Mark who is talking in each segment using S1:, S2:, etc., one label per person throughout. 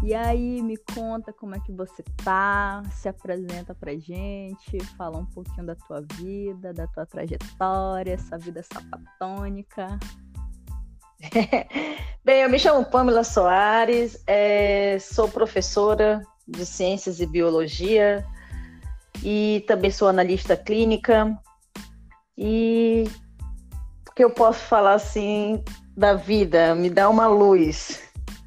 S1: E aí, me conta como é que você tá, se apresenta pra gente, fala um pouquinho da tua vida, da tua trajetória, essa vida sapatônica.
S2: Bem, eu me chamo Pamela Soares, sou professora de Ciências e Biologia e também sou analista clínica. E o que eu posso falar assim da vida? Me dá uma luz.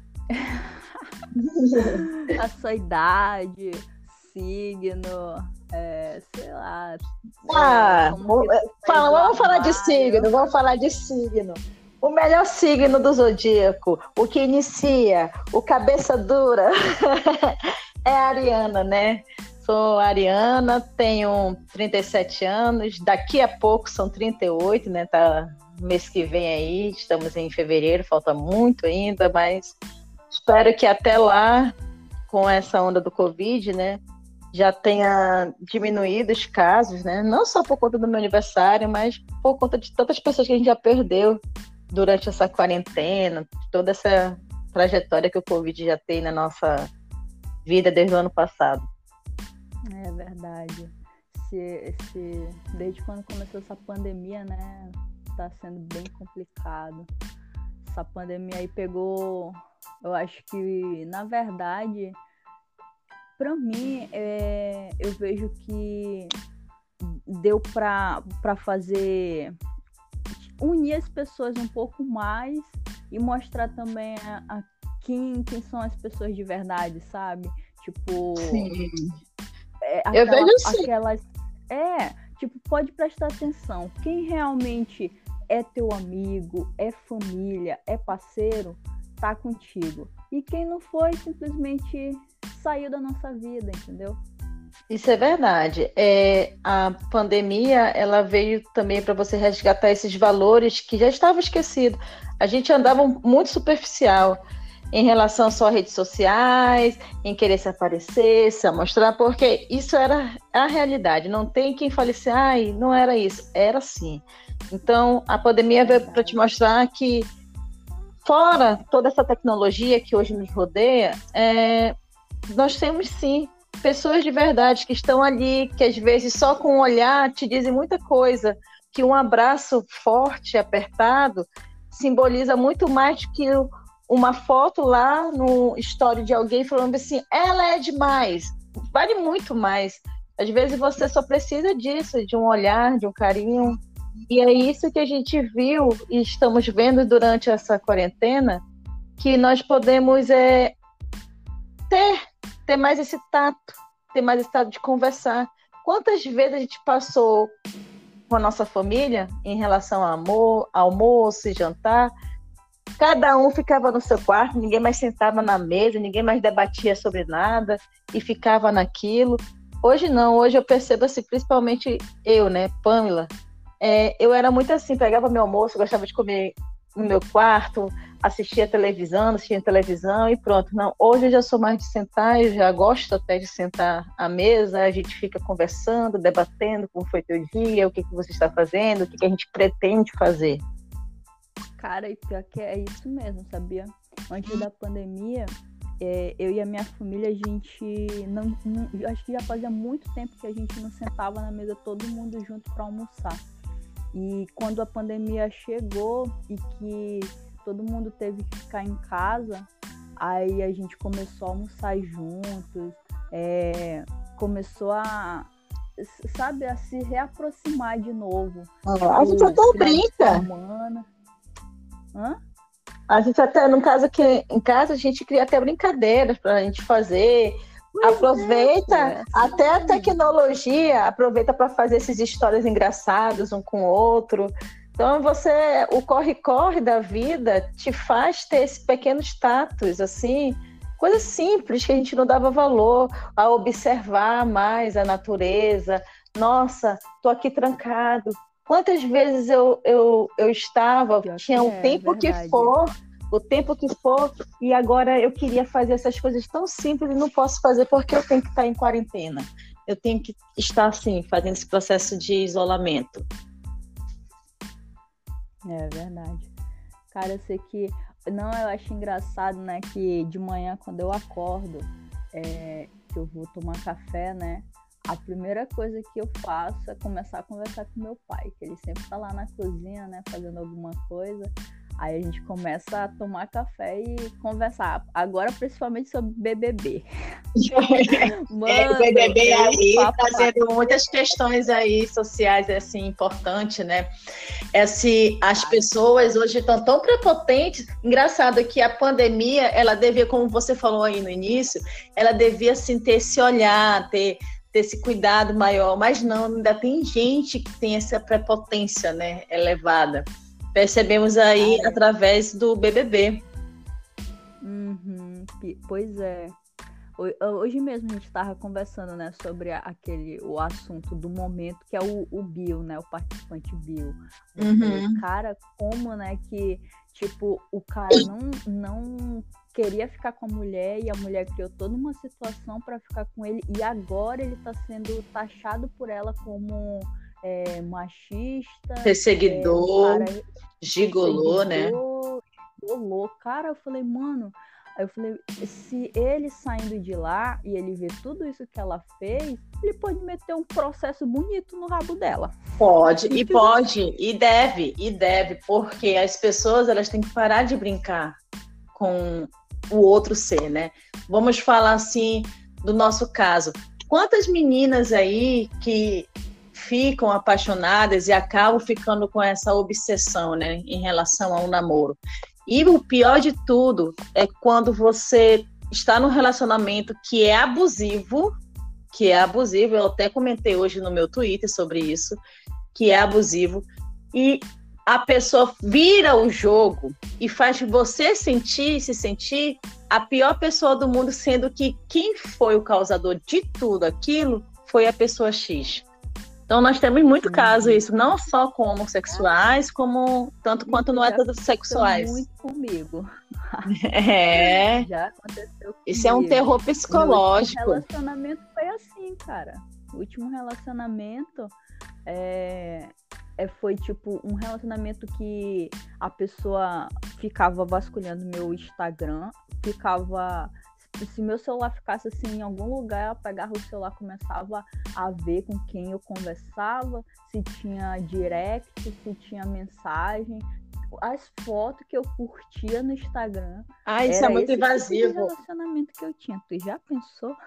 S1: A sua idade, signo, sei lá, como que tu fez o armário.
S2: Vamos falar de signo. O melhor signo do zodíaco, o que inicia, o cabeça dura, é a Ariana, né? Sou ariana, tenho 37 anos, daqui a pouco são 38, né? Tá mês que vem aí, estamos em fevereiro, falta muito ainda, mas espero que até lá, com essa onda do Covid, né, já tenha diminuído os casos, né? Não só por conta do meu aniversário, mas por conta de tantas pessoas que a gente já perdeu durante essa quarentena, toda essa trajetória que o Covid já tem na nossa vida desde o ano passado.
S1: É verdade. Desde quando começou essa pandemia, né, tá sendo bem complicado. Essa pandemia aí pegou, eu acho que, na verdade, pra mim, eu vejo que deu pra fazer, unir as pessoas um pouco mais e mostrar também quem são as pessoas de verdade, sabe? Tipo,
S2: Sim. Eu vejo sim.
S1: Tipo, pode prestar atenção. Quem realmente é teu amigo, é família, é parceiro, tá contigo. E quem não foi, simplesmente saiu da nossa vida, entendeu?
S2: Isso é verdade. A pandemia, ela veio também para você resgatar esses valores que já estavam esquecidos. A gente andava muito superficial em relação só a redes sociais, em querer se aparecer, se mostrar, porque isso era a realidade. Não tem quem fale assim, ai, não era isso. Era sim. Então, a pandemia veio para te mostrar que, fora toda essa tecnologia que hoje nos rodeia, nós temos sim pessoas de verdade que estão ali, que às vezes só com um olhar te dizem muita coisa, que um abraço forte, apertado, simboliza muito mais que uma foto lá no story de alguém falando assim, ela é demais, vale muito mais. Às vezes você só precisa disso, de um olhar, de um carinho, e é isso que a gente viu e estamos vendo durante essa quarentena, que nós podemos ter mais esse tato, ter mais esse tato de conversar. Quantas vezes a gente passou com a nossa família em relação a amor, almoço e jantar, cada um ficava no seu quarto, ninguém mais sentava na mesa, ninguém mais debatia sobre nada e ficava naquilo. Hoje não, hoje eu percebo assim, principalmente eu, né, Pamela, eu era muito assim, pegava meu almoço, gostava de comer no meu quarto, assistia televisão e pronto. Não, hoje eu já sou mais de sentar, eu já gosto até de sentar à mesa, a gente fica conversando, debatendo como foi teu dia, o que você está fazendo, o que a gente pretende fazer.
S1: Cara, e pior que é isso mesmo, sabia? Antes da pandemia, eu e a minha família, a gente não, acho que já fazia muito tempo que a gente não sentava na mesa todo mundo junto para almoçar. E quando a pandemia chegou e que todo mundo teve que ficar em casa, aí a gente começou a almoçar juntos, começou a se reaproximar de novo.
S2: A gente até brinca.
S1: Hã?
S2: A gente até, no caso que em casa, a gente cria até brincadeiras para a gente fazer. Aproveita até a tecnologia, aproveita para fazer essas histórias engraçadas um com o outro. Então, o corre-corre da vida te faz ter esse pequeno status, assim, coisas simples que a gente não dava valor, a observar mais a natureza. Nossa, tô aqui trancado. Quantas vezes eu estava, tinha o tempo que for, e agora eu queria fazer essas coisas tão simples e não posso fazer porque eu tenho que estar em quarentena. Eu tenho que estar, assim, fazendo esse processo de isolamento.
S1: É verdade. Cara, eu sei que... Não, eu acho engraçado, né? Que de manhã, quando eu acordo, que eu vou tomar café, né? A primeira coisa que eu faço é começar a conversar com meu pai, que ele sempre tá lá na cozinha, né? Fazendo alguma coisa. Aí a gente começa a tomar café e conversar. Agora, principalmente sobre BBB.
S2: O BBB aí trazendo muitas questões aí sociais, assim, importantes, né? As pessoas hoje estão tão prepotentes. Engraçado que a pandemia, ela devia, como você falou aí no início, ela devia, assim, ter esse olhar, ter esse cuidado maior. Mas não, ainda tem gente que tem essa prepotência, né, elevada. Percebemos aí através do BBB.
S1: Uhum, pois é. Hoje mesmo a gente estava conversando, né, sobre o assunto do momento, que é o Bill, né, o participante Bill. Cara, como, né, que, tipo, o cara não queria ficar com a mulher e a mulher criou toda uma situação para ficar com ele e agora ele está sendo taxado por ela como machista.
S2: Perseguidor, gigolô, né?
S1: Gigolô. Cara, eu falei, mano... Aí eu falei, se ele saindo de lá e ele ver tudo isso que ela fez, ele pode meter um processo bonito no rabo dela.
S2: Pode, e deve, porque as pessoas, elas têm que parar de brincar com o outro ser, né? Vamos falar assim, do nosso caso. Quantas meninas aí que ficam apaixonadas e acabam ficando com essa obsessão, né, em relação ao namoro? E o pior de tudo é quando você está num relacionamento que é abusivo, eu até comentei hoje no meu Twitter sobre isso, que é abusivo, e a pessoa vira o jogo e faz você se sentir a pior pessoa do mundo, sendo que quem foi o causador de tudo aquilo foi a pessoa X. Então, nós temos muito caso isso, não só com homossexuais, como tanto quanto no heterossexuais.
S1: Muito comigo.
S2: Já aconteceu comigo. Isso é um terror psicológico.
S1: O relacionamento foi assim, cara. O último relacionamento foi tipo um relacionamento que a pessoa ficava vasculhando meu Instagram, se meu celular ficasse assim em algum lugar, ela pegava o celular, começava a ver com quem eu conversava, se tinha direct, se tinha mensagem, as fotos que eu curtia no Instagram.
S2: Isso é muito invasivo.
S1: Tipo de relacionamento que eu tinha. Tu já pensou?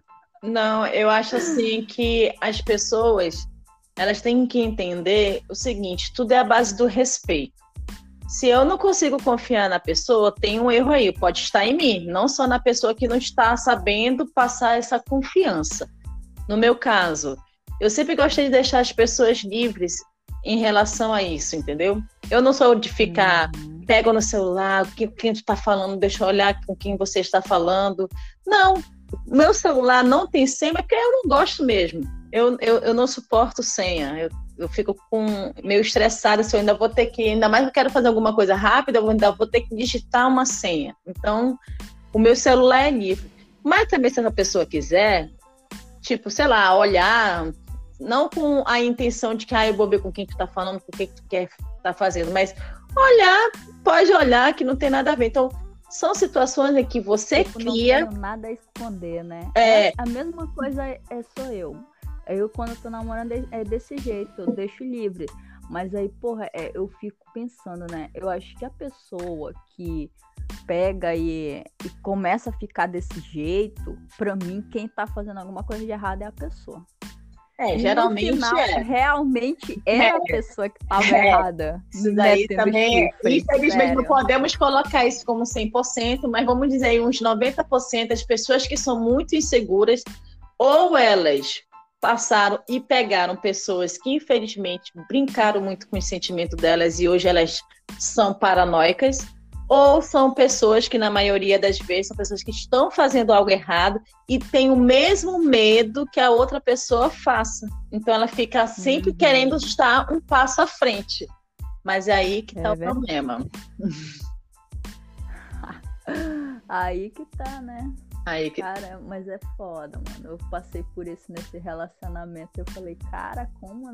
S2: Não, eu acho assim que as pessoas, elas têm que entender o seguinte, tudo é a base do respeito. Se eu não consigo confiar na pessoa, tem um erro aí, pode estar em mim, não só na pessoa que não está sabendo passar essa confiança. No meu caso, eu sempre gostei de deixar as pessoas livres em relação a isso, entendeu? Eu não sou de ficar, pego no celular, o que tu está falando, deixa eu olhar com quem você está falando. Não, meu celular não tem senha, porque eu não gosto mesmo. Eu não suporto senha, eu fico meio estressada se eu ainda vou ter que, ainda mais que eu quero fazer alguma coisa rápida, eu ainda vou ter que digitar uma senha. Então, o meu celular é livre. Mas também se a pessoa quiser, tipo, sei lá, olhar, não com a intenção de que eu vou ver com quem tu tá falando, com o que tu quer tá fazendo, mas olhar, pode olhar que não tem nada a ver. Então, são situações em que você cria...
S1: Não tenho nada a esconder, né? A mesma coisa sou eu. Eu, quando eu tô namorando, é desse jeito, eu deixo livre. Mas aí, porra, eu fico pensando, né? Eu acho que a pessoa que pega e começa a ficar desse jeito, pra mim, quem tá fazendo alguma coisa de errado é a pessoa.
S2: Geralmente
S1: no final, realmente a pessoa que estava errada.
S2: Isso daí também, infelizmente, não podemos colocar isso como 100%, mas vamos dizer aí uns 90% das pessoas que são muito inseguras, ou elas passaram e pegaram pessoas que, infelizmente, brincaram muito com o sentimento delas e hoje elas são paranoicas, ou são pessoas que, na maioria das vezes, são pessoas que estão fazendo algo errado e têm o mesmo medo que a outra pessoa faça. Então, ela fica sempre querendo estar um passo à frente. Mas é aí que está o problema.
S1: Aí que tá, né?
S2: Aí que...
S1: Cara, mas é foda, mano. Eu passei por isso nesse relacionamento. Eu falei, cara, como, né?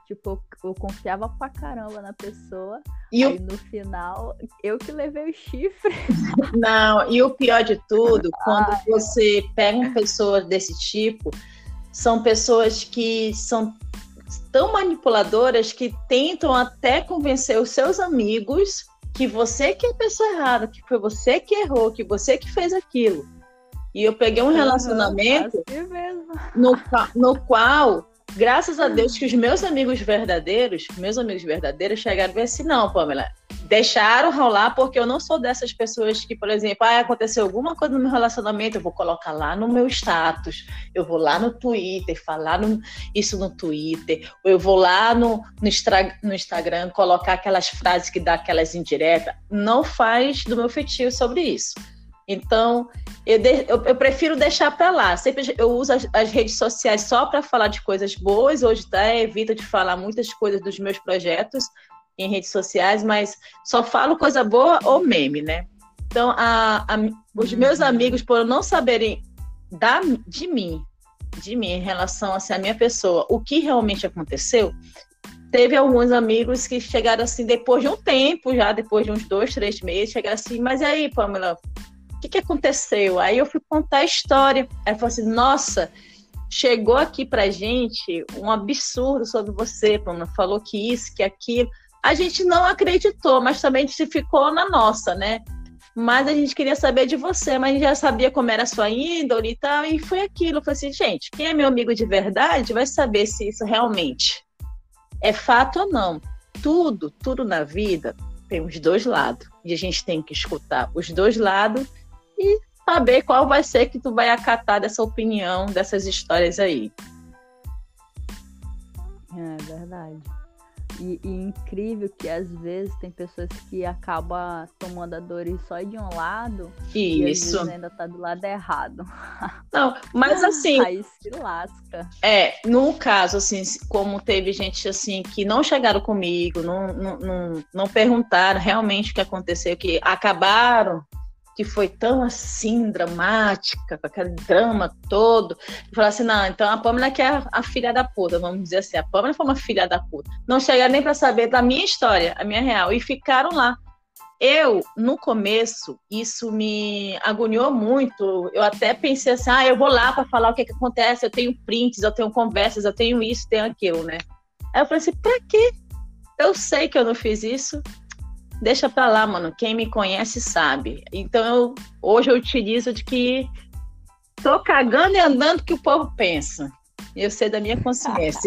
S1: Tipo, eu confiava pra caramba na pessoa.
S2: E
S1: aí no final, eu que levei o chifre.
S2: Não, e o pior de tudo, quando você pega pessoas desse tipo, são pessoas que são tão manipuladoras que tentam até convencer os seus amigos que você que é a pessoa errada, que foi você que errou, que você que fez aquilo. E eu peguei um relacionamento
S1: assim mesmo.
S2: no qual, graças a Deus, que os meus amigos verdadeiros chegaram e falaram assim, não, Pamela, deixaram rolar, porque eu não sou dessas pessoas que, por exemplo, aconteceu alguma coisa no meu relacionamento, eu vou colocar lá no meu status, eu vou lá no Twitter, falar isso no Twitter, ou eu vou lá no Instagram colocar aquelas frases que dá aquelas indiretas. Não faz do meu feitio sobre isso. Então, eu prefiro deixar para lá. Sempre eu uso as redes sociais só para falar de coisas boas. Hoje evito de falar muitas coisas dos meus projetos em redes sociais, mas só falo coisa boa ou meme, né? Então, os meus amigos, por não saberem de mim em relação assim, à minha pessoa, o que realmente aconteceu, teve alguns amigos que chegaram assim, depois de um tempo, já depois de uns 2, 3 meses, chegaram assim, mas e aí, Pamela, o que aconteceu? Aí eu fui contar a história. Aí eu falei assim, nossa, chegou aqui pra gente um absurdo sobre você, Pamela, falou que isso, que aquilo. A gente não acreditou, mas também a gente ficou na nossa, né? Mas a gente queria saber de você, mas a gente já sabia como era a sua índole e tal, e foi aquilo. Eu falei assim, gente, quem é meu amigo de verdade vai saber se isso realmente é fato ou não. Tudo na vida tem os dois lados, e a gente tem que escutar os dois lados e saber qual vai ser que tu vai acatar dessa opinião, dessas histórias aí.
S1: É verdade. E incrível que às vezes tem pessoas que acabam tomando a dor só de um lado.
S2: Isso.
S1: E às vezes ainda tá do lado errado.
S2: Não, mas assim...
S1: Aí se lasca.
S2: No caso, assim, como teve gente assim que não chegaram comigo, não perguntaram realmente o que aconteceu, que acabaram, que foi tão assim, dramática, com aquele drama todo, e falaram assim, não, então a Pamela que é a filha da puta, vamos dizer assim, a Pamela foi uma filha da puta. Não chegaram nem para saber da minha história, a minha real, e ficaram lá. Eu, no começo, isso me agoniou muito, eu até pensei assim, eu vou lá para falar o que acontece, eu tenho prints, eu tenho conversas, eu tenho isso, tenho aquilo, né? Aí eu falei assim, pra quê? Eu sei que eu não fiz isso, deixa pra lá, mano. Quem me conhece sabe. Então, hoje eu utilizo de que tô cagando e andando que o povo pensa. Eu sei da minha consciência.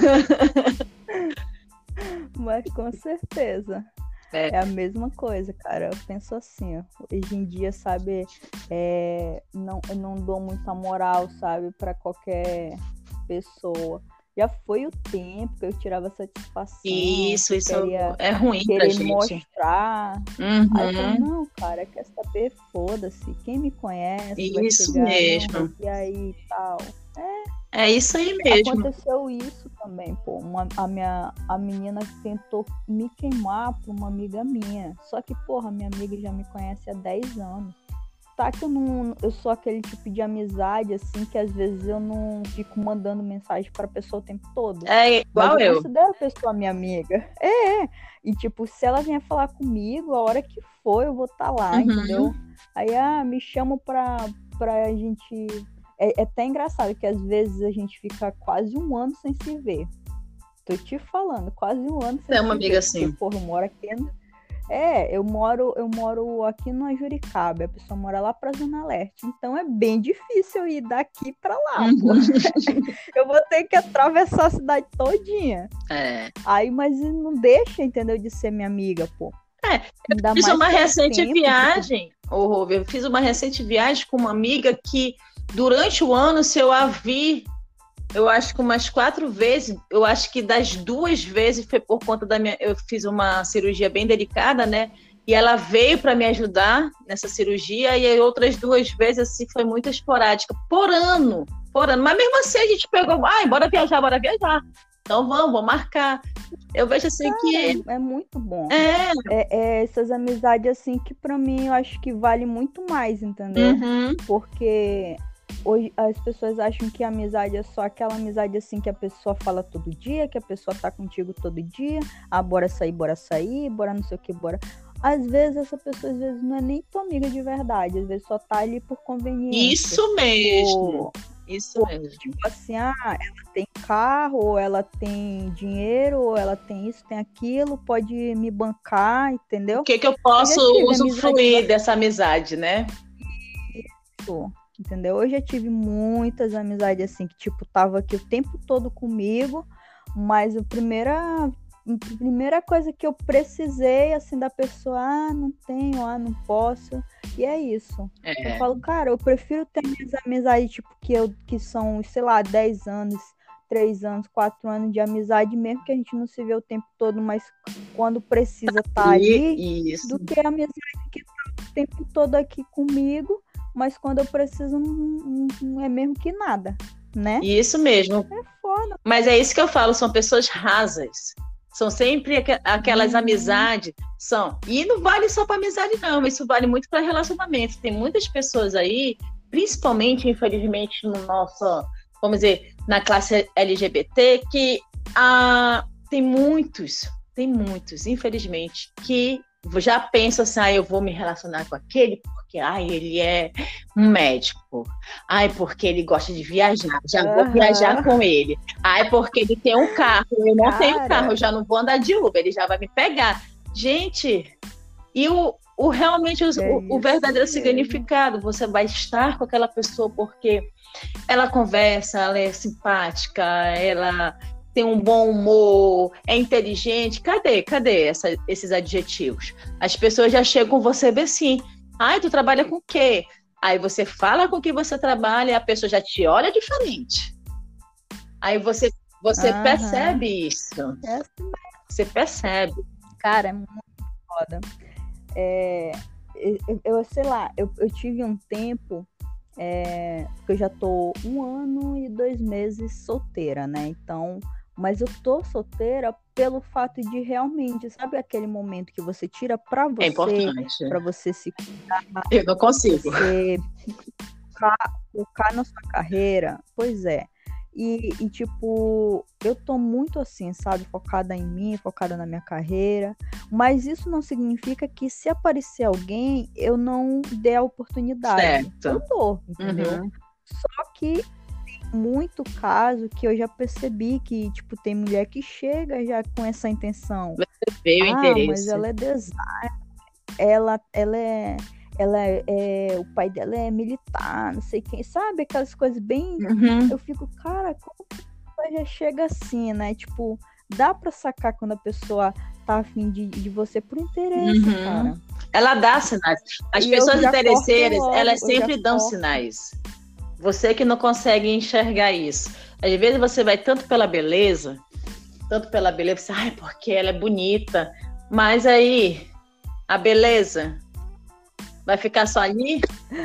S1: Mas com certeza. É a mesma coisa, cara. Eu penso assim, ó. Hoje em dia, sabe, eu não dou muita moral, sabe, pra qualquer pessoa. Já foi o tempo que eu tirava satisfação.
S2: Isso é ruim pra gente.
S1: Mostrar.
S2: Uhum.
S1: Aí eu falei, não, cara, quer saber? Foda-se. Quem me conhece
S2: isso
S1: vai chegar,
S2: mesmo.
S1: Não, e aí e tal.
S2: É isso aí mesmo.
S1: Aconteceu isso também, pô. A menina tentou me queimar pra uma amiga minha. Só que, porra, minha amiga já me conhece há 10 anos. Tá que eu sou aquele tipo de amizade, assim, que às vezes eu não fico mandando mensagem pra pessoa o tempo todo.
S2: É igual
S1: eu considero a pessoa minha amiga. E, tipo, se ela vier falar comigo, a hora que for, eu vou estar lá, entendeu? Aí, me chamam pra gente... É até engraçado que às vezes a gente fica quase um ano sem se ver. Tô te falando, quase um ano sem se ver.
S2: É uma amiga assim.
S1: Porque, porra, eu moro aqui... eu moro aqui no Juricaba, a pessoa mora lá pra Zona Leste, então é bem difícil eu ir daqui pra lá, pô. Eu vou ter que atravessar a cidade todinha. Aí, mas não deixa, entendeu, de ser minha amiga, pô.
S2: Eu fiz uma recente viagem, eu fiz uma recente viagem com uma amiga que durante o ano, se eu a vi, eu acho que umas 4 vezes, eu acho que das 2 vezes foi por conta eu fiz uma cirurgia bem delicada, né? E ela veio para me ajudar nessa cirurgia, e aí outras 2 vezes, assim, foi muito esporádica, por ano. Mas mesmo assim a gente pegou, bora viajar. Então vamos marcar. Eu vejo assim que...
S1: É muito bom. Essas amizades, assim, que para mim eu acho que vale muito mais, entendeu? Porque... hoje as pessoas acham que a amizade é só aquela amizade assim que a pessoa fala todo dia, que a pessoa tá contigo todo dia, bora sair, bora não sei o que, bora. Às vezes essa pessoa às vezes não é nem tua amiga de verdade, às vezes só tá ali por conveniência.
S2: Isso mesmo. Isso mesmo.
S1: Tipo assim, ela tem carro, ou ela tem dinheiro, ou ela tem isso, tem aquilo, pode me bancar, entendeu?
S2: O que eu posso usufruir dessa amizade, né?
S1: Isso, entendeu? Eu já tive muitas amizades assim, que tipo, tava aqui o tempo todo comigo, mas a primeira coisa que eu precisei, assim, da pessoa, não tenho, não posso, e é isso. Eu falo, cara, eu prefiro ter minhas amizades, tipo, que são, sei lá, 10 anos, 3 anos, 4 anos de amizade, mesmo que a gente não se vê o tempo todo, mas quando precisa tá ali, isso. Do que a amizade que tá o tempo todo aqui comigo, mas quando eu preciso, não é mesmo que nada, né?
S2: Isso mesmo.
S1: É foda.
S2: Mas é isso que eu falo, são pessoas rasas. São sempre aquelas amizades. E não vale só para amizade, não. Isso vale muito para relacionamento. Tem muitas pessoas aí, principalmente, infelizmente, no nosso, vamos dizer, na classe LGBT, que tem muitos, infelizmente, que já pensam assim, eu vou me relacionar com aquele porque ele é um médico. Porque ele gosta de viajar. Já vou viajar com ele. Porque ele tem um carro. Eu não tenho carro, eu já não vou andar de Uber. Ele já vai me pegar. Gente, e realmente o verdadeiro significado, você vai estar com aquela pessoa porque ela conversa, ela é simpática, ela tem um bom humor, é inteligente. Cadê esses adjetivos? As pessoas já chegam com você bem assim. Tu trabalha com o quê? Aí você fala com o que você trabalha e a pessoa já te olha diferente. Aí você percebe isso. Você percebe.
S1: Cara, é muito foda. Eu sei lá, eu tive um tempo, porque eu já tô 1 ano e 2 meses solteira, né? Então, mas eu tô solteira pelo fato de realmente, sabe aquele momento que você tira pra você, pra você se cuidar,
S2: eu não consigo.
S1: Você focar na sua carreira, pois é. E tipo, eu tô muito assim, sabe, focada em mim, focada na minha carreira, mas isso não significa que se aparecer alguém, eu não dê a oportunidade.
S2: Certo.
S1: Eu dou, entendeu? Só que muito caso que eu já percebi que, tipo, tem mulher que chega já com essa intenção.
S2: Você vê o interesse.
S1: Mas ela é designer, o pai dela é militar, não sei quem, sabe? Aquelas coisas bem... Eu fico, cara, como que ela já chega assim, né? Tipo, dá pra sacar quando a pessoa tá afim de você por interesse, cara.
S2: Ela dá sinais. As pessoas interesseiras, elas sempre dão sinais. Você que não consegue enxergar isso. Às vezes você vai tanto pela beleza, você, porque ela é bonita. Mas aí, a beleza vai ficar só ali?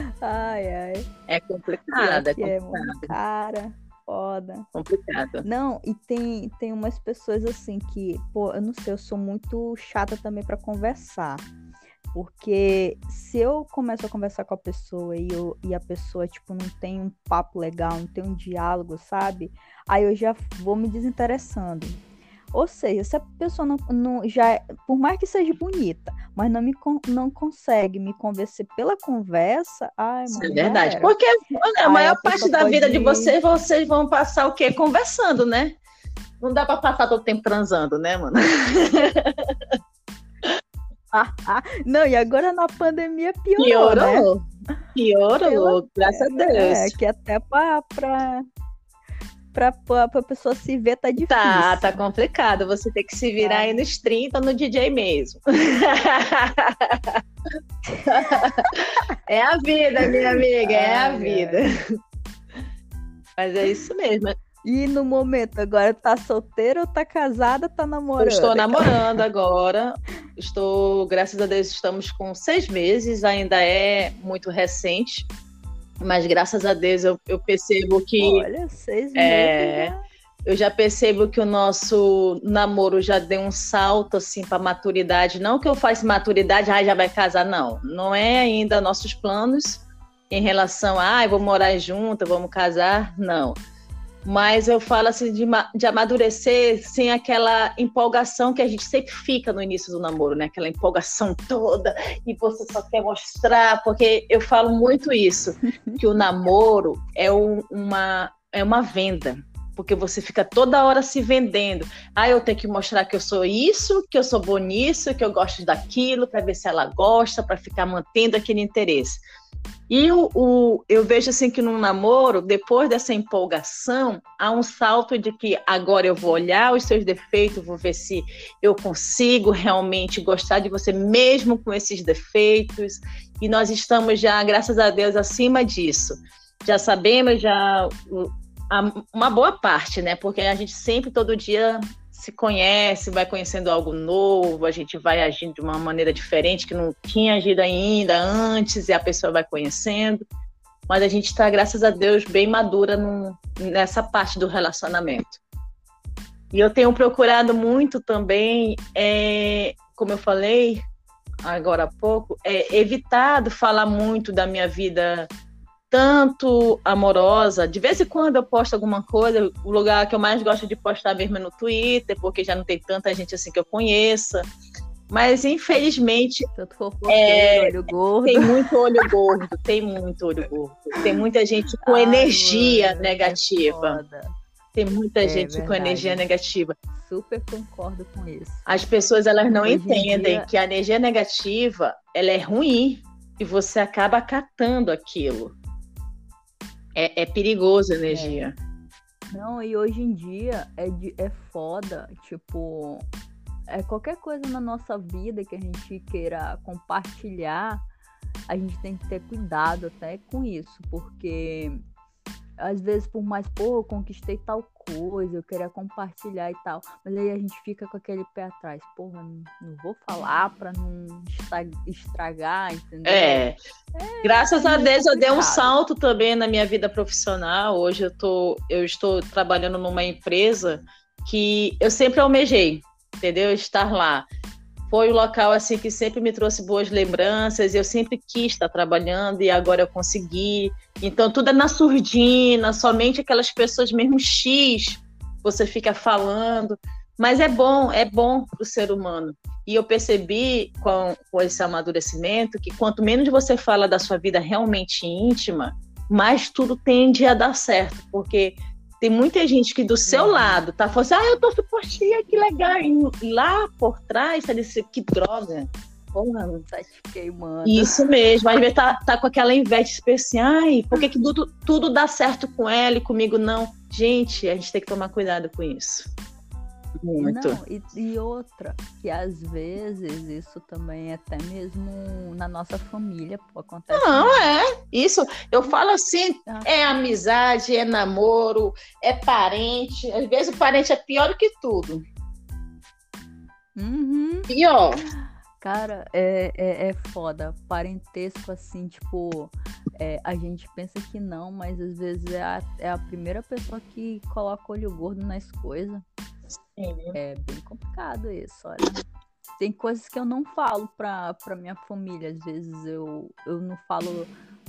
S2: É complicado,
S1: Cara, foda.
S2: Complicado.
S1: Não, e tem umas pessoas assim que, eu não sei, eu sou muito chata também pra conversar. Porque se eu começo a conversar com a pessoa e a pessoa, tipo, não tem um papo legal, não tem um diálogo, sabe? Aí eu já vou me desinteressando. Ou seja, se a pessoa não já, por mais que seja bonita, mas não consegue me convencer pela conversa,
S2: isso é verdade. Porque a maior parte da vida de vocês vão passar o quê? Conversando, né? Não dá pra passar todo o tempo transando, né, mano?
S1: Não, e agora na pandemia piorou, né?
S2: Piorou, graças a Deus.
S1: Que até pra pessoa se ver tá difícil.
S2: Tá complicado. Você tem que se virar aí nos 30 no DJ mesmo. É a vida, minha amiga, é a vida. Mas é isso mesmo.
S1: E no momento, agora tá solteira ou tá casada, tá namorando?
S2: Eu estou namorando agora. Graças a Deus, estamos com 6 meses, ainda é muito recente. Mas graças a Deus eu percebo que...
S1: Olha, 6 meses, né?
S2: Eu já percebo que o nosso namoro já deu um salto assim para maturidade. Não que eu faça maturidade, já vai casar, não. Não é ainda nossos planos, em relação a, vou morar junto, vamos casar, não. Mas eu falo assim de amadurecer sem aquela empolgação que a gente sempre fica no início do namoro, né? Aquela empolgação toda e você só quer mostrar, porque eu falo muito isso, que o namoro é uma venda, porque você fica toda hora se vendendo. Eu tenho que mostrar que eu sou isso, que eu sou bom nisso, que eu gosto daquilo, para ver se ela gosta, para ficar mantendo aquele interesse. E eu vejo assim que num namoro, depois dessa empolgação, há um salto de que agora eu vou olhar os seus defeitos, vou ver se eu consigo realmente gostar de você mesmo com esses defeitos. E nós estamos já, graças a Deus, acima disso. Já sabemos uma boa parte, né? Porque a gente sempre, todo dia, se conhece, vai conhecendo algo novo, a gente vai agindo de uma maneira diferente, que não tinha agido ainda antes, e a pessoa vai conhecendo. Mas a gente está, graças a Deus, bem madura nessa parte do relacionamento. E eu tenho procurado muito também, como eu falei agora há pouco, evitado falar muito da minha vida tanto amorosa. De vez em quando eu posto alguma coisa, o lugar que eu mais gosto de postar mesmo é no Twitter, porque já não tem tanta gente assim que eu conheça, mas infelizmente
S1: olho gordo.
S2: Tem muito olho gordo, tem muita gente com energia negativa, tem muita gente com energia negativa.
S1: Super concordo com isso.
S2: As pessoas, elas não entendem que a energia negativa, ela é ruim e você acaba acatando aquilo. É perigoso a energia.
S1: Não, e hoje em dia é foda, tipo, qualquer coisa na nossa vida que a gente queira compartilhar, a gente tem que ter cuidado até com isso, porque às vezes por mais, eu conquistei tal coisa, eu queria compartilhar e tal, mas aí a gente fica com aquele pé atrás, não vou falar pra não estragar, entendeu?
S2: Graças a Deus eu dei um salto também na minha vida profissional. Hoje eu estou trabalhando numa empresa que eu sempre almejei, entendeu? Estar lá. Foi um local assim que sempre me trouxe boas lembranças, eu sempre quis estar trabalhando e agora eu consegui. Então tudo é na surdina, somente aquelas pessoas mesmo X você fica falando, mas é bom para o ser humano. E eu percebi com esse amadurecimento que quanto menos você fala da sua vida realmente íntima, mais tudo tende a dar certo, porque tem muita gente que do seu lado tá falando assim, eu tô suportinha, que legal. E lá por trás, tá dizendo, que droga. Porra,
S1: tá te queimando.
S2: Isso mesmo. Às vezes tá com aquela inveja especial. Por que tudo dá certo com ela e comigo não? Gente, a gente tem que tomar cuidado com isso. Muito.
S1: Não, e outra, que às vezes isso também até mesmo na nossa família acontece.
S2: Não, isso, eu falo assim, é amizade, é namoro, é parente, às vezes o parente é pior do que tudo. Pior.
S1: Cara, é foda, parentesco assim, tipo, a gente pensa que não, mas às vezes é a primeira pessoa que coloca olho gordo nas coisas.
S2: Sim.
S1: É bem complicado isso, olha. Tem coisas que eu não falo pra minha família, às vezes eu não falo,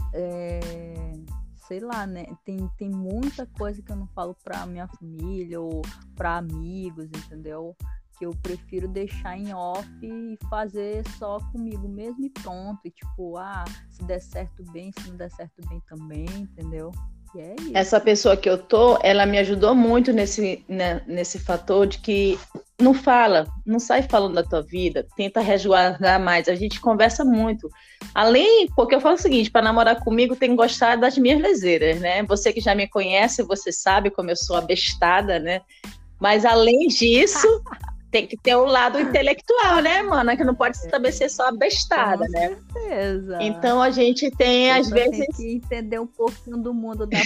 S1: sei lá, né? Tem muita coisa que eu não falo pra minha família ou pra amigos, entendeu? Que eu prefiro deixar em off e fazer só comigo mesmo e pronto. E tipo, se der certo bem, se não der certo bem também, entendeu? E é isso.
S2: Essa pessoa que eu ela me ajudou muito nesse fator de que não sai falando da tua vida, tenta resguardar mais. A gente conversa muito. Porque eu falo o seguinte, para namorar comigo tem que gostar das minhas lezeiras, né? Você que já me conhece, você sabe como eu sou abestada, né? Mas além disso, tem que ter o lado intelectual, né, mana? Que não pode também ser só abestada, né?
S1: Com certeza.
S2: Então a gente tem, às vezes...
S1: Tem que entender um pouquinho do mundo da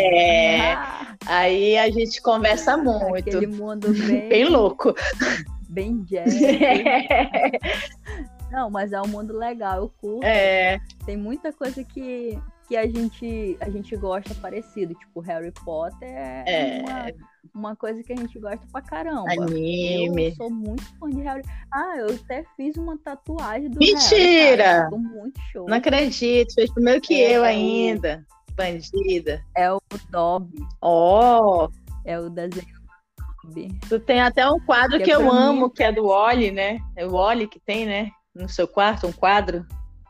S2: Aí a gente conversa muito.
S1: Aquele mundo
S2: bem louco.
S1: Bem jazz. Não, mas é um mundo legal, eu curto.
S2: É,
S1: Tem muita coisa que a gente gosta parecido. Tipo, Harry Potter uma coisa que a gente gosta pra caramba.
S2: anime.
S1: Eu sou muito fã de Harry. Ah, eu até fiz uma tatuagem do
S2: Mentira!
S1: Harry, cara. Ficou muito show.
S2: Não acredito, fez primeiro que eu ainda. Bandida.
S1: É o Dobby.
S2: Ó,
S1: É o desenho do Dobby.
S2: tu tem até um quadro
S1: Que
S2: que
S1: é
S2: eu
S1: pra mim,
S2: amo, que é do Wally, né? É o Wally que tem, né? No seu quarto, um quadro.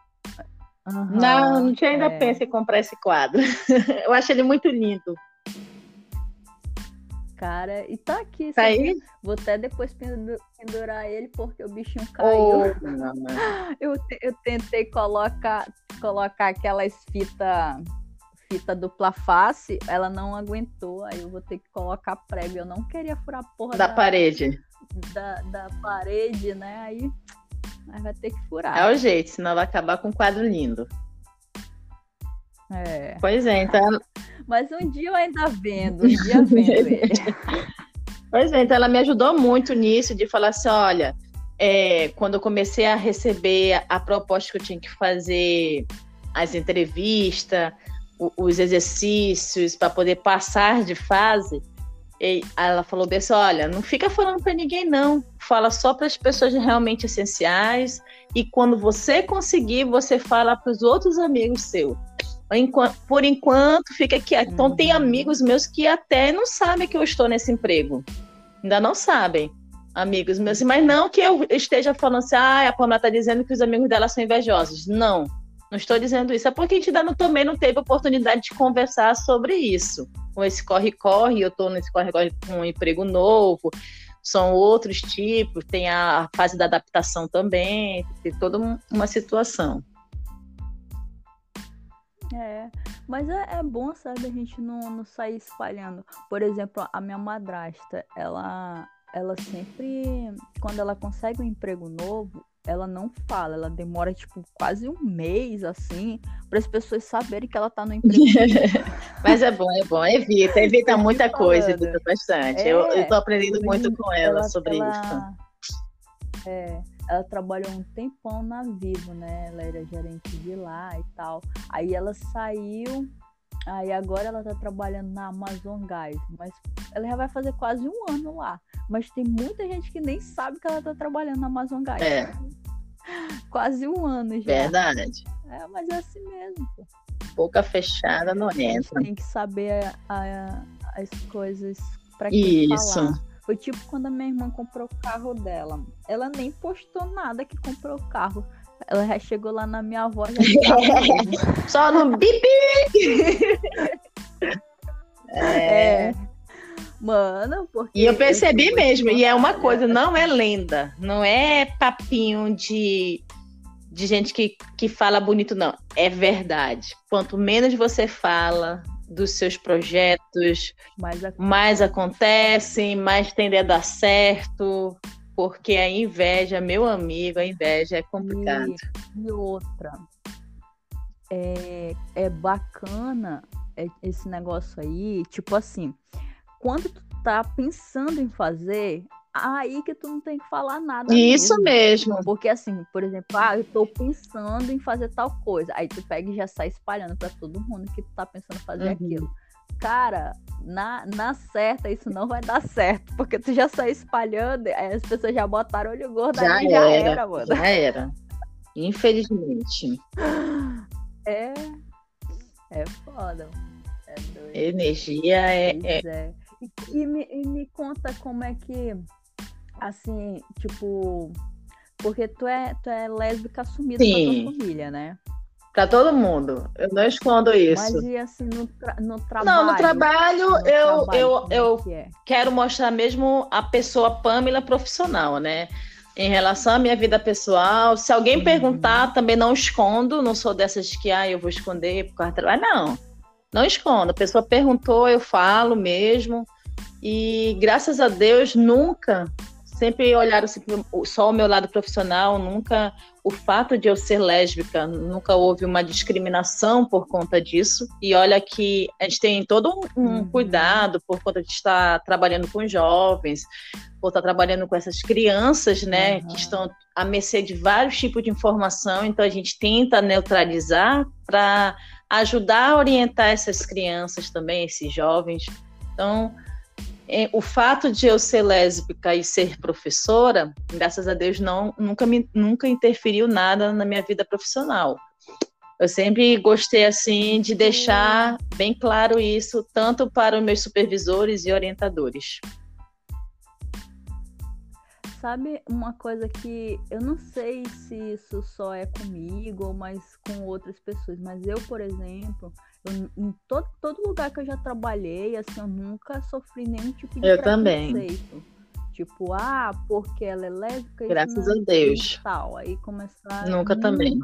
S2: Não, eu ainda penso em comprar esse quadro. Eu acho ele muito lindo.
S1: Cara, e tá aqui.
S2: Tá
S1: sabia?
S2: aí?
S1: Vou até depois pendurar ele porque o bichinho caiu.
S2: Oh, não, não.
S1: Eu tentei colocar aquelas fita dupla face, ela não aguentou, aí eu vou ter que colocar prego. Eu não queria furar a porra
S2: Da parede.
S1: da parede, né? Aí vai ter que furar.
S2: É o jeito, senão vai acabar com um quadro lindo.
S1: É.
S2: Pois é, então.
S1: Mas um dia eu ainda vendo, ele.
S2: Pois é, então ela me ajudou muito nisso, de falar assim, olha, quando eu comecei a receber a proposta que eu tinha que fazer as entrevistas, os exercícios para poder passar de fase, ela falou bem assim, olha, não fica falando para ninguém não, fala só para as pessoas realmente essenciais e quando você conseguir, você fala para os outros amigos seus. Por enquanto, fica aqui. Então, tem amigos meus que até não sabem que eu estou nesse emprego. Ainda não sabem, amigos meus. Mas não que eu esteja falando assim, a Pamela está dizendo que os amigos dela são invejosos. Não estou dizendo isso. É porque a gente ainda também não teve oportunidade de conversar sobre isso. Com esse corre-corre, eu estou nesse corre-corre com um emprego novo. São outros tipos, tem a fase da adaptação também, tem toda uma situação.
S1: Mas é bom, sabe, a gente não sair espalhando. Por exemplo, a minha madrasta, ela sempre, quando ela consegue um emprego novo, ela não fala, ela demora, tipo, quase um mês, assim, para as pessoas saberem que ela tá no emprego novo.
S2: Mas é bom, evita muita coisa, evita bastante. Eu tô aprendendo muito com ela sobre isso.
S1: Ela trabalhou um tempão na Vivo, né? Ela era gerente de lá e tal. Aí ela saiu, aí agora ela tá trabalhando na Amazon Gás. Mas ela já vai fazer quase um ano lá. Mas tem muita gente que nem sabe que ela tá trabalhando na Amazon Gás. Quase um ano já.
S2: Verdade.
S1: Mas é assim mesmo, pô.
S2: Boca fechada não entra.
S1: A gente tem que saber as coisas pra quem falar. Foi tipo quando a minha irmã comprou o carro dela. Ela nem postou nada que comprou o carro. Ela já chegou lá na minha avó já
S2: só no bibi!
S1: Mano, porque...
S2: E eu percebi mesmo, e é uma coisa, não é lenda, não é papinho de gente que fala bonito, não. É verdade. Quanto menos você fala dos seus projetos, mais acontecem, mais tende a dar certo, porque a inveja, meu amigo, a inveja é complicado.
S1: E outra, é bacana esse negócio aí, tipo assim, quando tu tá pensando em fazer, aí que tu não tem que falar nada.
S2: Isso mesmo.
S1: Porque assim, por exemplo, eu tô pensando em fazer tal coisa. Aí tu pega e já sai espalhando pra todo mundo que tu tá pensando em fazer aquilo. Cara, na certa isso não vai dar certo. Porque tu já sai espalhando, aí as pessoas já botaram olho gordo ali, já era, mano.
S2: Já era. Infelizmente.
S1: É foda. É doido.
S2: Energia
S1: E me conta como é que, assim, tipo, porque tu é lésbica assumida pra tua família, né?
S2: Pra todo mundo. Eu não escondo isso.
S1: Mas e assim, no trabalho?
S2: Não, no trabalho eu quero mostrar mesmo a pessoa Pamela profissional, né? Em relação à minha vida pessoal, se alguém perguntar, também não escondo, não sou dessas que eu vou esconder por causa do trabalho, não escondo. A pessoa perguntou, eu falo mesmo. E graças a Deus nunca sempre olharam assim, só o meu lado profissional, nunca, o fato de eu ser lésbica, nunca houve uma discriminação por conta disso, e olha que a gente tem todo um cuidado por conta de estar trabalhando com jovens, por estar trabalhando com essas crianças, né, que estão à mercê de vários tipos de informação, então a gente tenta neutralizar para ajudar a orientar essas crianças também, esses jovens. Então, o fato de eu ser lésbica e ser professora, graças a Deus, nunca interferiu nada na minha vida profissional. Eu sempre gostei, assim, de deixar bem claro isso, tanto para os meus supervisores e orientadores.
S1: Sabe uma coisa que eu não sei se isso só é comigo ou mais com outras pessoas, mas eu, por exemplo, em todo lugar que eu já trabalhei, assim, eu nunca sofri nenhum tipo de preconceito.
S2: Também.
S1: Tipo, porque ela é lésbica,
S2: graças a Deus.
S1: Tal. Aí começar
S2: nunca também.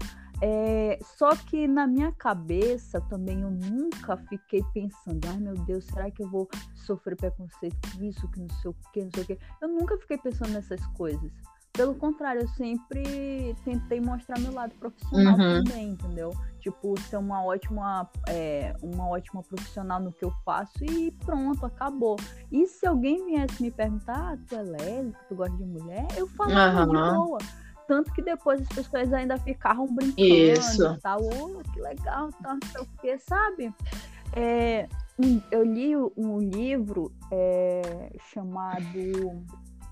S1: Só que na minha cabeça também eu nunca fiquei pensando, ai meu Deus, será que eu vou sofrer preconceito com isso, que não sei o que, não sei o que. Eu nunca fiquei pensando nessas coisas. Pelo contrário, eu sempre tentei mostrar meu lado profissional também, entendeu? Tipo, ser uma ótima profissional no que eu faço e pronto, acabou. E se alguém viesse me perguntar, tu é lésbica, tu gosta de mulher? Eu falava de boa. Tanto que depois as pessoas ainda ficavam brincando.
S2: Isso.
S1: E tal. Que legal, tal, não sei o que, sabe? Eu li um livro chamado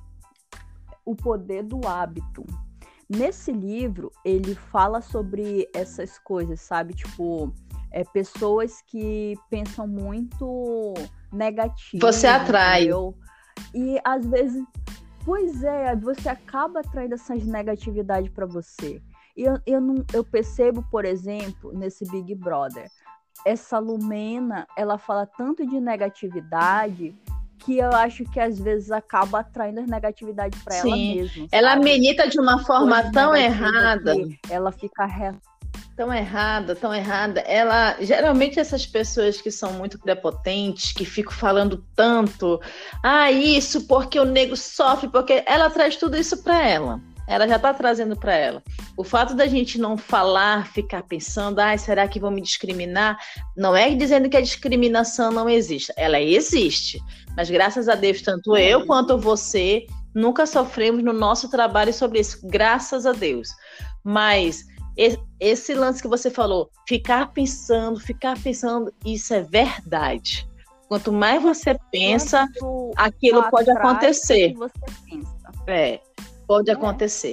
S1: O Poder do Hábito. Nesse livro, ele fala sobre essas coisas, sabe? Tipo, pessoas que pensam muito negativo.
S2: Você atrai.
S1: Entendeu? E às vezes... Pois é, você acaba atraindo essas negatividades para você. E eu percebo, por exemplo, nesse Big Brother, essa Lumena, ela fala tanto de negatividade que eu acho que às vezes acaba atraindo as negatividades para ela mesma.
S2: Ela milita de uma forma tão errada.
S1: Ela fica
S2: tão errada. Geralmente essas pessoas que são muito prepotentes, que ficam falando tanto, isso porque o negro sofre, porque ela traz tudo isso para ela. Ela já está trazendo para ela. O fato da gente não falar, ficar pensando, será que vão me discriminar? Não é dizendo que a discriminação não existe. Ela existe. Mas graças a Deus, tanto eu quanto você, nunca sofremos no nosso trabalho sobre isso. Graças a Deus. Mas esse lance que você falou, ficar pensando, isso é verdade. Quanto mais você pensa, aquilo pode acontecer.
S1: Você pensa.
S2: Pode acontecer.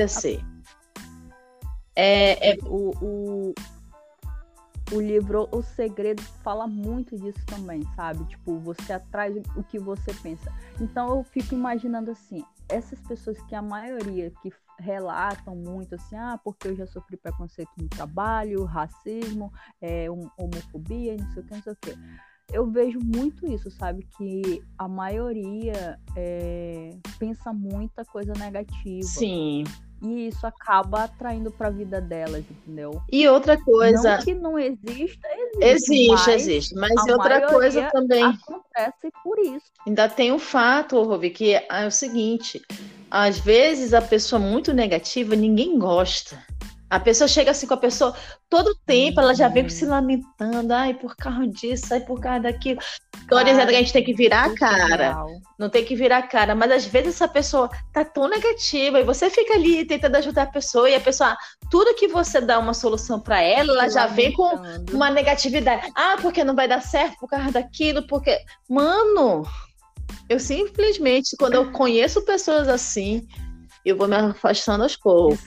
S1: O livro O Segredo fala muito disso também, sabe? Tipo, você atrai o que você pensa. Então eu fico imaginando assim, essas pessoas que a maioria que relatam muito assim, porque eu já sofri preconceito no trabalho, racismo, homofobia, não sei o que. Eu vejo muito isso, sabe? Que a maioria pensa muita coisa negativa.
S2: Sim.
S1: E isso acaba atraindo para a vida delas, entendeu?
S2: E outra coisa...
S1: Não que não exista,
S2: existe. Mas outra coisa também...
S1: acontece por isso.
S2: Ainda tem um fato, Rovi, que é o seguinte. Às vezes a pessoa muito negativa, ninguém gosta. A pessoa chega assim com a pessoa, todo tempo ela já vem se lamentando, por causa disso, por causa daquilo. Tô dizendo que a gente tem que virar a cara. Não tem que virar a cara, mas às vezes essa pessoa tá tão negativa e você fica ali tentando ajudar a pessoa e a pessoa, tudo que você dá uma solução para ela já vem com uma negatividade. Porque não vai dar certo por causa daquilo, porque... Mano, eu simplesmente, quando eu conheço pessoas assim... eu vou me afastando aos poucos.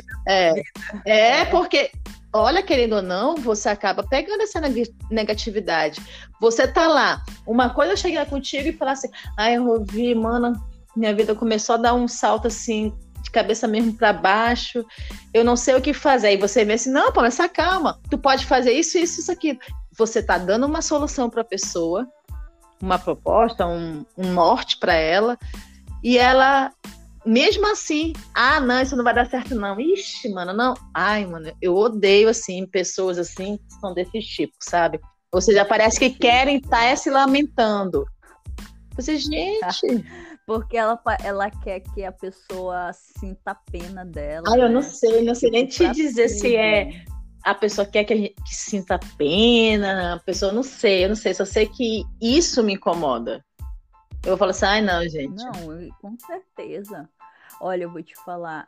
S2: Porque, olha, querendo ou não, você acaba pegando essa negatividade. Você tá lá, uma coisa é chegar contigo e falar assim, eu ouvi, mano, minha vida começou a dar um salto assim, de cabeça mesmo para baixo, eu não sei o que fazer. Aí você vê assim, não, pô, mas calma, tu pode fazer isso, aquilo. Você tá dando uma solução para a pessoa, uma proposta, um norte para ela, e ela... mesmo assim, não, isso não vai dar certo não. Ixi, mano, não. Mano, eu odeio, assim, pessoas assim que são desse tipo, sabe? Ou seja, parece que querem estar se lamentando. Você, gente...
S1: Porque ela quer que a pessoa sinta pena dela,
S2: Eu
S1: né?
S2: não sei nem te
S1: Pra
S2: dizer se é
S1: tudo.
S2: a pessoa quer que a gente que sinta pena, a pessoa, eu não sei, só sei que isso me incomoda. Eu vou falar assim, ai não, gente.
S1: Não, com certeza. Olha, eu vou te falar,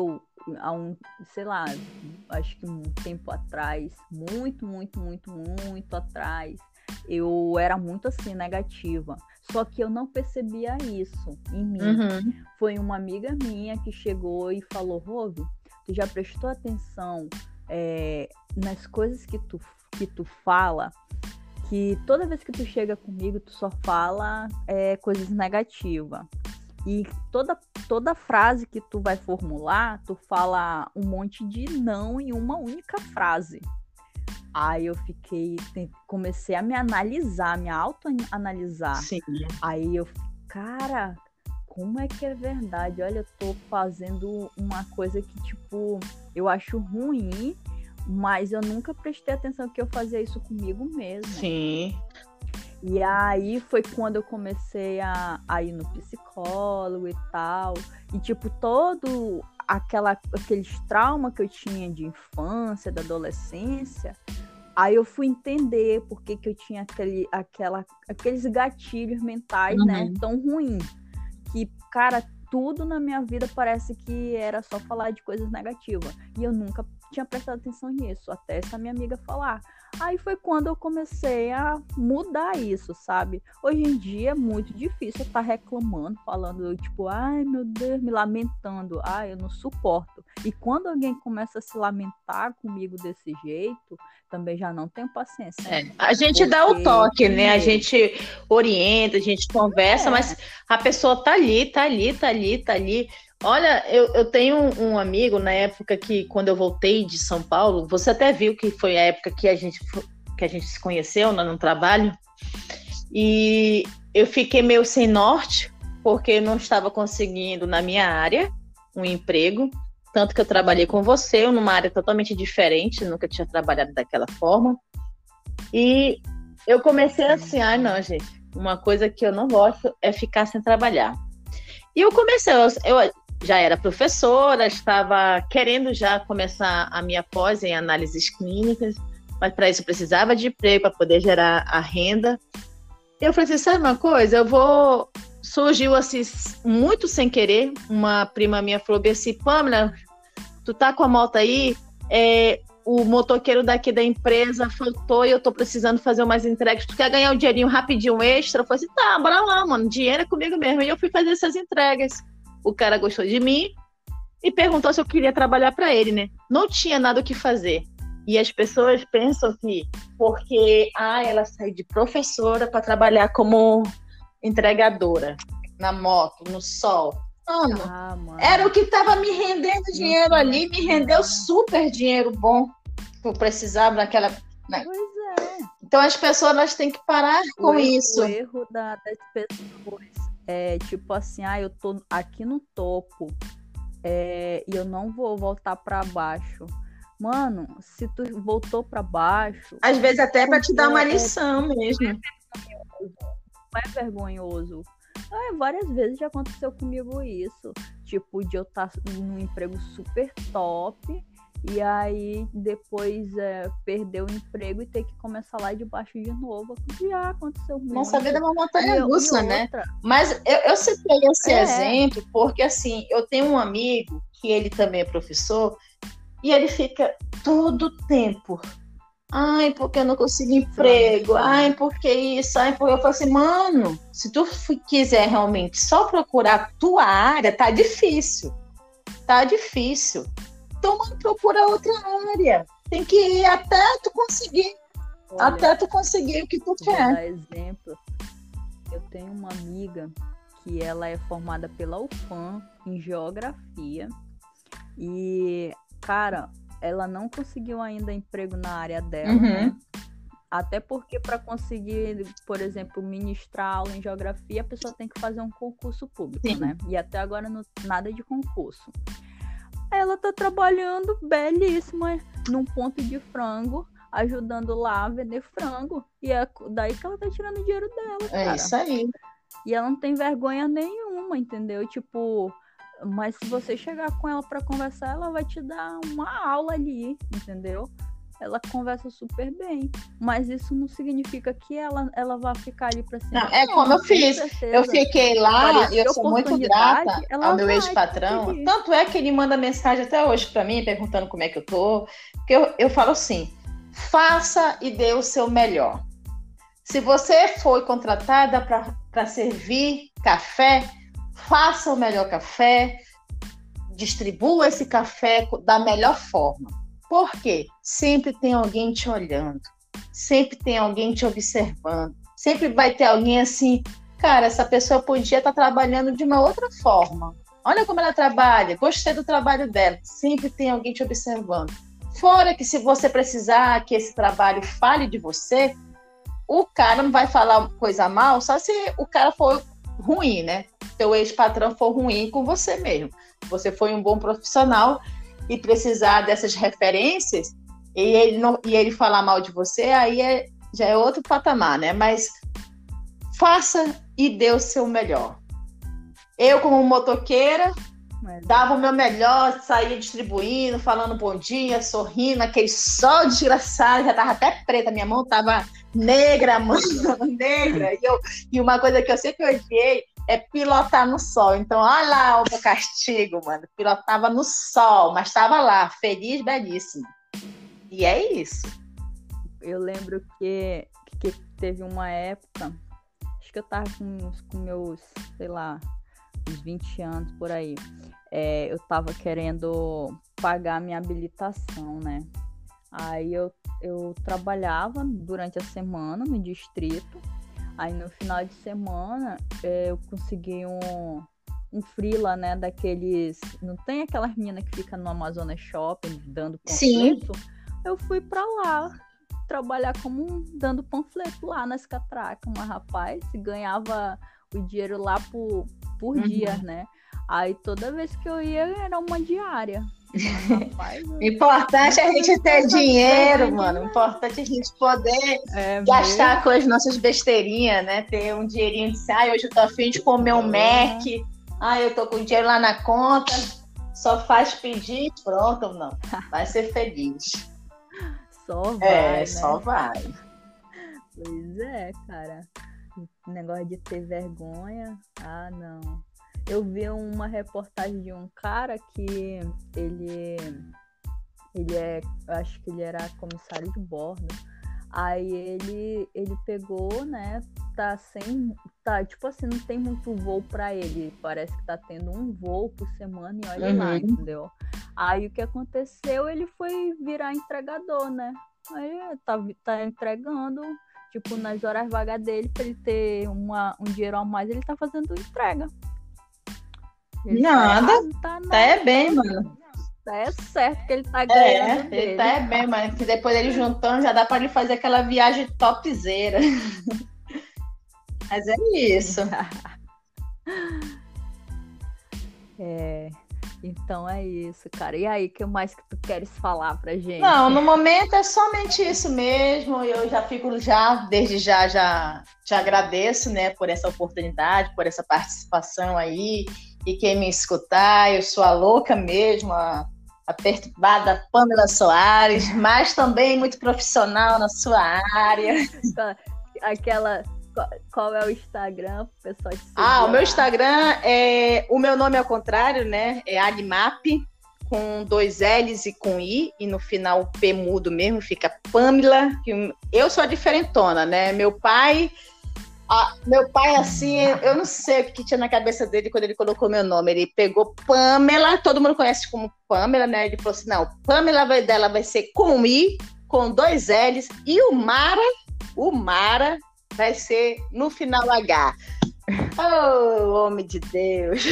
S1: sei lá, acho que um tempo atrás, muito atrás, eu era muito assim, negativa. Só que eu não percebia isso em mim.
S2: Uhum.
S1: Foi uma amiga minha que chegou e falou, Rove, tu já prestou atenção nas coisas que tu fala? Que toda vez que tu chega comigo, tu só fala coisas negativas. E toda frase que tu vai formular, tu fala um monte de não em uma única frase. Aí eu comecei a me analisar, me autoanalisar.
S2: Sim.
S1: Aí cara, como é que é verdade? Olha, eu tô fazendo uma coisa que, tipo, eu acho ruim, mas eu nunca prestei atenção que eu fazia isso comigo mesma.
S2: Sim.
S1: E aí foi quando eu comecei a ir no psicólogo e tal. E, tipo, aqueles traumas que eu tinha de infância, da adolescência, aí eu fui entender por que eu tinha aqueles gatilhos mentais, né, tão ruins. Que, cara, tudo na minha vida parece que era só falar de coisas negativas. E eu nunca tinha prestado atenção nisso, até essa minha amiga falar. Aí foi quando eu comecei a mudar isso, sabe? Hoje em dia é muito difícil eu estar reclamando, falando tipo, ai meu Deus, me lamentando. Ai, eu não suporto. E quando alguém começa a se lamentar comigo desse jeito, também já não tenho paciência.
S2: A gente dá o toque, né? A gente orienta, a gente conversa, mas a pessoa tá ali. Olha, eu tenho um amigo na época que, quando eu voltei de São Paulo, você até viu que foi a época que a gente se conheceu no trabalho, e eu fiquei meio sem norte, porque eu não estava conseguindo na minha área um emprego, tanto que eu trabalhei com você, numa área totalmente diferente, nunca tinha trabalhado daquela forma, e eu comecei assim, não, gente, uma coisa que eu não gosto é ficar sem trabalhar. E eu comecei, eu já era professora, estava querendo já começar a minha pós em análises clínicas, mas para isso eu precisava de emprego, para poder gerar a renda. Eu falei assim, sabe uma coisa? Surgiu assim, muito sem querer, uma prima minha falou assim, Pamela, tu tá com a moto aí? O motoqueiro daqui da empresa faltou e eu tô precisando fazer umas entregas, tu quer ganhar um dinheirinho rapidinho extra? Eu falei assim, tá, bora lá, mano, dinheiro é comigo mesmo. E eu fui fazer essas entregas. O cara gostou de mim e perguntou se eu queria trabalhar para ele, né? Não tinha nada o que fazer. E as pessoas pensam que porque ela saiu de professora para trabalhar como entregadora na moto, no sol. Mano, era o que estava me rendendo dinheiro ali, me rendeu super dinheiro bom que eu precisava naquela...
S1: Pois é.
S2: Então as pessoas elas têm que parar com isso.
S1: O erro das pessoas é tipo assim, eu tô aqui no topo e eu não vou voltar para baixo. Mano, se tu voltou para baixo...
S2: Às vezes até para te dar uma lição mesmo.
S1: Não é vergonhoso. Várias vezes já aconteceu comigo isso. Tipo, de eu estar num emprego super top e aí depois perder o emprego e ter que começar lá de baixo de novo. Já aconteceu muito.
S2: Nossa vida é uma montanha-russa, né? Mas eu citei esse exemplo porque, assim, eu tenho um amigo que ele também é professor e ele fica todo o tempo... Ai, porque eu não consigo emprego. Ai, porque isso. Ai, porque eu falo assim, mano, se tu quiser realmente só procurar a tua área, tá difícil. Então, mano, procura outra área. Tem que ir até tu conseguir. Até tu conseguir o que tu quer.
S1: Vou dar exemplo. Eu tenho uma amiga que ela é formada pela UFAM em geografia. E, cara... ela não conseguiu ainda emprego na área dela, né? Até porque para conseguir, por exemplo, ministrar aula em geografia, a pessoa tem que fazer um concurso público, né? E até agora nada de concurso. Ela tá trabalhando belíssima num ponto de frango, ajudando lá a vender frango. E é daí que ela tá tirando o dinheiro dela, cara.
S2: É isso aí.
S1: E ela não tem vergonha nenhuma, entendeu? Tipo, mas se você chegar com ela pra conversar, ela vai te dar uma aula ali, entendeu? Ela conversa super bem, mas isso não significa que ela vai ficar ali pra sempre.
S2: Não, é como eu
S1: com
S2: fiz.
S1: certeza.
S2: Eu fiquei lá e
S1: Aparecer
S2: eu sou muito
S1: oportunidade,
S2: grata
S1: ela
S2: ao meu
S1: vai
S2: ex-patrão.
S1: conseguir.
S2: Tanto é que ele manda mensagem até hoje para mim, perguntando como é que eu tô. Porque eu falo assim: faça e dê o seu melhor. Se você foi contratada para servir café, faça o melhor café, distribua esse café da melhor forma. Por quê? Sempre tem alguém te olhando, sempre tem alguém te observando, sempre vai ter alguém assim, cara, essa pessoa podia estar trabalhando de uma outra forma. Olha como ela trabalha, gostei do trabalho dela. Sempre tem alguém te observando. Fora que se você precisar que esse trabalho fale de você, o cara não vai falar coisa mal, só se o cara for ruim, né? Seu ex-patrão for ruim com você mesmo. Você foi um bom profissional e precisar dessas referências e ele falar mal de você, aí já é outro patamar, né? Mas faça e dê o seu melhor. Eu, como motoqueira, dava o meu melhor, saía distribuindo, falando bom dia, sorrindo, aquele sol desgraçado, já tava até preta, minha mão tava negra, mano, negra. E uma coisa que eu sempre odiei é pilotar no sol. Então, olha lá o castigo, mano. Pilotava no sol, mas estava lá, feliz, belíssimo. E é isso.
S1: Eu lembro que teve uma época, acho que eu tava com meus, sei lá, uns 20 anos por aí. Eu tava querendo pagar minha habilitação, né? Aí eu trabalhava durante a semana no distrito. Aí no final de semana eu consegui um freela, né? Daqueles... Não tem aquelas meninas que ficam no Amazonas Shopping dando panfleto? Sim. Eu fui pra lá trabalhar dando panfleto lá nas catracas. Mas, rapaz, ganhava o dinheiro lá por dia, né? Aí toda vez que eu ia era uma diária. Rapaz,
S2: importante é a gente ter dinheiro, mano. Importante é a gente poder gastar com as nossas besteirinhas, né? Ter um dinheirinho de hoje eu tô a fim de comer um Mac. Eu tô com dinheiro lá na conta. Só faz pedir, pronto, não. Vai ser feliz.
S1: Só vai, né?
S2: Só vai.
S1: Pois é, cara. O negócio de ter vergonha, não. Eu vi uma reportagem de um cara que ele acho que ele era comissário de bordo. Aí ele pegou, né? Tipo assim, não tem muito voo pra ele. Parece que tá tendo um voo por semana e olha lá, entendeu? Aí o que aconteceu? Ele foi virar entregador, né? Aí tá entregando, tipo, nas horas vagas dele, pra ele ter um dinheiro a mais, ele tá fazendo entrega.
S2: Nada, tá bem, mano.
S1: É certo que ele tá ganhando
S2: ele tá bem, mano. Que depois ele juntando, já dá pra ele fazer aquela viagem topzera. Mas é isso.
S1: Então é isso, cara. E aí, o que mais que tu queres falar pra gente?
S2: Não, no momento é somente isso mesmo. Eu já fico desde já te agradeço, né, por essa oportunidade, por essa participação aí. E quem me escutar, eu sou a louca mesmo, a perturbada Pamela Soares, mas também muito profissional na sua área.
S1: Qual é o Instagram pro pessoal te seguir?
S2: O meu Instagram o meu nome é ao contrário, né? É Alimap, com 2 L's e com I, e no final P mudo mesmo, fica Pamela. Eu sou a diferentona, né? Meu pai, assim, eu não sei o que tinha na cabeça dele quando ele colocou meu nome. Ele pegou Pamela, todo mundo conhece como Pamela, né? Ele falou assim, não, Pamela dela vai ser com I, com 2 L's, e o Mara vai ser no final H. Oh, homem de Deus!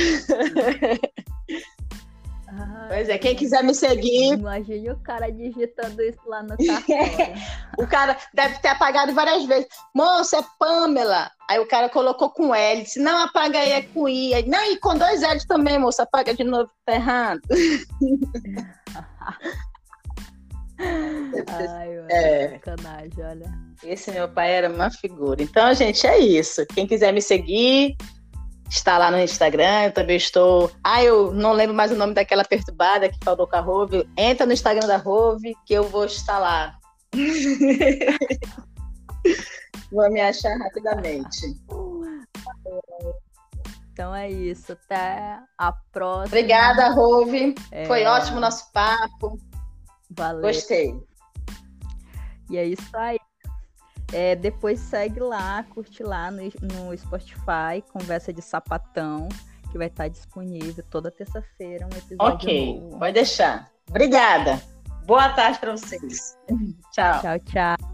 S2: Pois é, quem quiser me seguir...
S1: Imagine o cara digitando isso lá no cartório.
S2: O cara deve ter apagado várias vezes. Moça, é Pamela. Aí o cara colocou com L. Disse, não, apaga aí, é com I. Aí, não, e com 2 L's também, moça. Apaga de novo, tá errado.
S1: Ai, mano,
S2: É.
S1: sacanagem, olha.
S2: Esse meu pai era uma figura. Então, gente, é isso. Quem quiser me seguir, está lá no Instagram. Eu também estou. Eu não lembro mais o nome daquela perturbada que falou com a Rove. Entra no Instagram da Rove que eu vou estar lá. Vou me achar rapidamente.
S1: Então é isso. Até a próxima.
S2: Obrigada, Rove. Foi ótimo o nosso papo.
S1: Valeu.
S2: Gostei.
S1: E é isso aí. Depois segue lá, curte lá no Spotify, Conversa de Sapatão, que vai estar disponível toda terça-feira um episódio novo.
S2: Pode deixar. Obrigada. Boa tarde para vocês. Tchau.
S1: Tchau, tchau.